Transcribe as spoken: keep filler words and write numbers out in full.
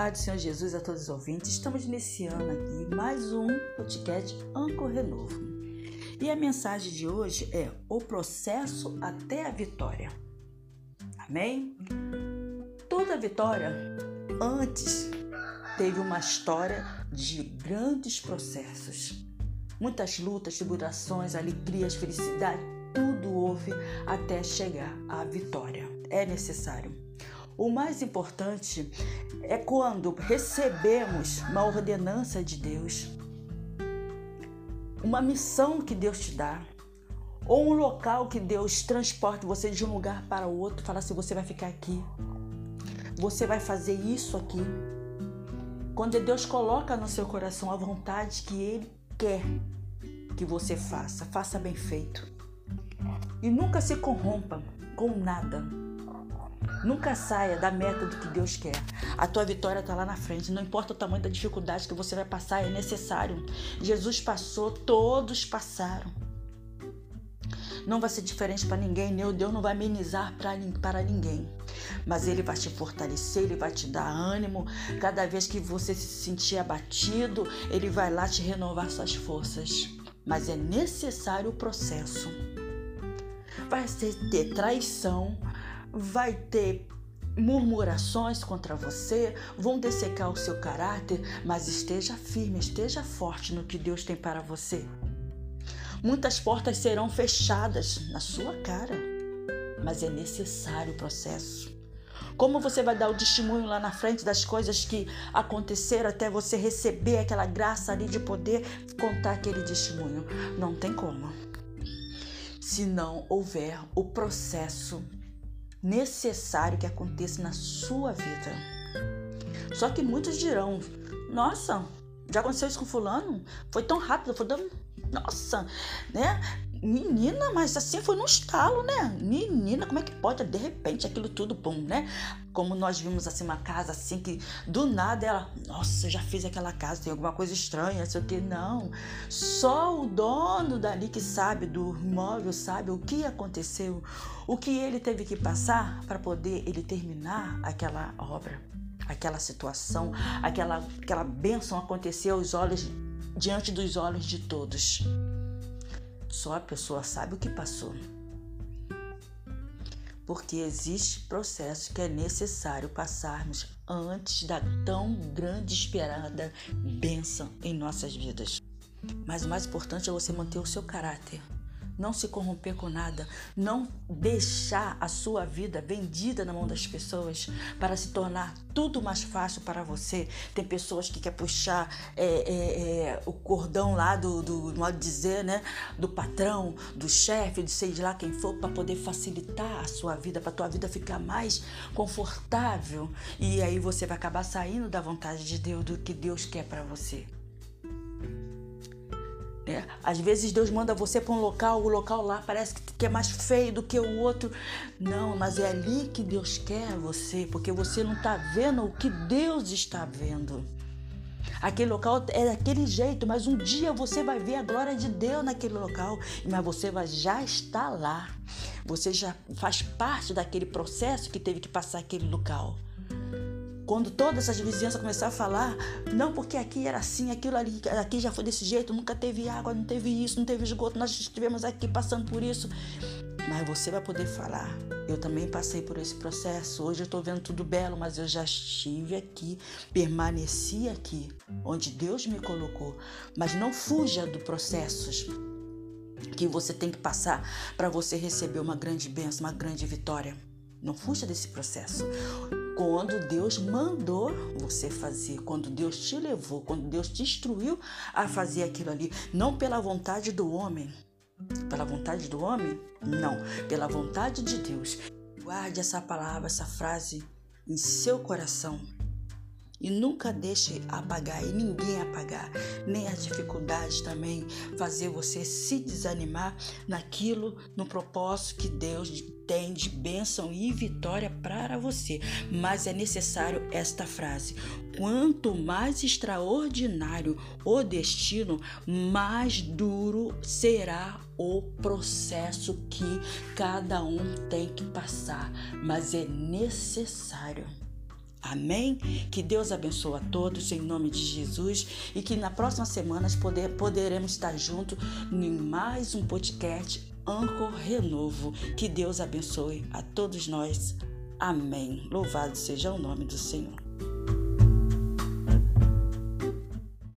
paz do Senhor Jesus a todos os ouvintes. Estamos iniciando aqui mais um podcast Anchor Renovo. E a mensagem de hoje é o processo até a vitória. Amém? Toda vitória antes teve uma história de grandes processos. Muitas lutas, tribulações, alegrias, felicidade, tudo houve até chegar à vitória. É necessário. O mais importante é quando recebemos uma ordenança de Deus, uma missão que Deus te dá, ou um local que Deus transporta você de um lugar para o outro, fala assim, você vai ficar aqui, você vai fazer isso aqui. Quando Deus coloca no seu coração a vontade que Ele quer que você faça, faça bem feito. E nunca se corrompa com nada. Nunca saia da meta do que Deus quer. A tua vitória está lá na frente. Não importa o tamanho da dificuldade que você vai passar, é necessário. Jesus passou, todos passaram. Não vai ser diferente para ninguém. Deus não vai amenizar para ninguém. Mas Ele vai te fortalecer, Ele vai te dar ânimo. Cada vez que você se sentir abatido, Ele vai lá te renovar suas forças. Mas é necessário o processo. Vai ter traição, vai ter murmurações contra você, vão dessecar o seu caráter, mas esteja firme, esteja forte no que Deus tem para você. Muitas portas serão fechadas na sua cara, mas é necessário o processo. Como você vai dar o testemunho lá na frente das coisas que aconteceram até você receber aquela graça ali de poder contar aquele testemunho? Não tem como. Se não houver o processo necessário que aconteça na sua vida. Só que muitos dirão, nossa, já aconteceu isso com fulano? Foi tão rápido, foi tão... Nossa, né? Menina, mas assim foi num estalo, né? Menina, como é que pode? De repente, aquilo tudo, bom, né? Como nós vimos assim uma casa assim que do nada ela, nossa, já fiz aquela casa, tem alguma coisa estranha, não sei o que. Não, só o dono dali que sabe do imóvel, sabe o que aconteceu, o que ele teve que passar para poder ele terminar aquela obra, aquela situação, aquela, aquela bênção acontecer aos olhos, diante dos olhos de todos. Só a pessoa sabe o que passou. Porque existe processo que é necessário passarmos antes da tão grande esperada bênção em nossas vidas. Mas o mais importante é você manter o seu caráter. Não se corromper com nada, não deixar a sua vida vendida na mão das pessoas para se tornar tudo mais fácil para você. Tem pessoas que querem puxar é, é, é, o cordão lá do, do modo de dizer, né, do patrão, do chefe, de sei de lá quem for, para poder facilitar a sua vida, para a tua vida ficar mais confortável. E aí você vai acabar saindo da vontade de Deus, do que Deus quer para você. É, às vezes Deus manda você para um local, o local lá parece que é mais feio do que o outro. Não, mas é ali que Deus quer você, porque você não está vendo o que Deus está vendo. Aquele local é daquele jeito, mas um dia você vai ver a glória de Deus naquele local, mas você vai já estar lá. Você já faz parte daquele processo que teve que passar aquele local. Quando todas essas vizinhanças começaram a falar, não, porque aqui era assim, aquilo ali, aqui já foi desse jeito, nunca teve água, não teve isso, não teve esgoto, nós estivemos aqui passando por isso. Mas você vai poder falar, eu também passei por esse processo, hoje eu estou vendo tudo belo, mas eu já estive aqui, permaneci aqui, onde Deus me colocou. Mas não fuja dos processos que você tem que passar para você receber uma grande bênção, uma grande vitória. Não fuja desse processo. Quando Deus mandou você fazer, quando Deus te levou, quando Deus te instruiu a fazer aquilo ali, não pela vontade do homem. Pela vontade do homem? Não, pela vontade de Deus. Guarde essa palavra, essa frase em seu coração. E nunca deixe apagar, e ninguém apagar, nem as dificuldades também, fazer você se desanimar naquilo, no propósito que Deus tem de bênção e vitória para você. Mas é necessário esta frase: quanto mais extraordinário o destino, mais duro será o processo que cada um tem que passar. Mas é necessário. Amém? Que Deus abençoe a todos em nome de Jesus e que na próxima semana poder, poderemos estar juntos em mais um podcast Anchor Renovo. Que Deus abençoe a todos nós. Amém. Louvado seja o nome do Senhor.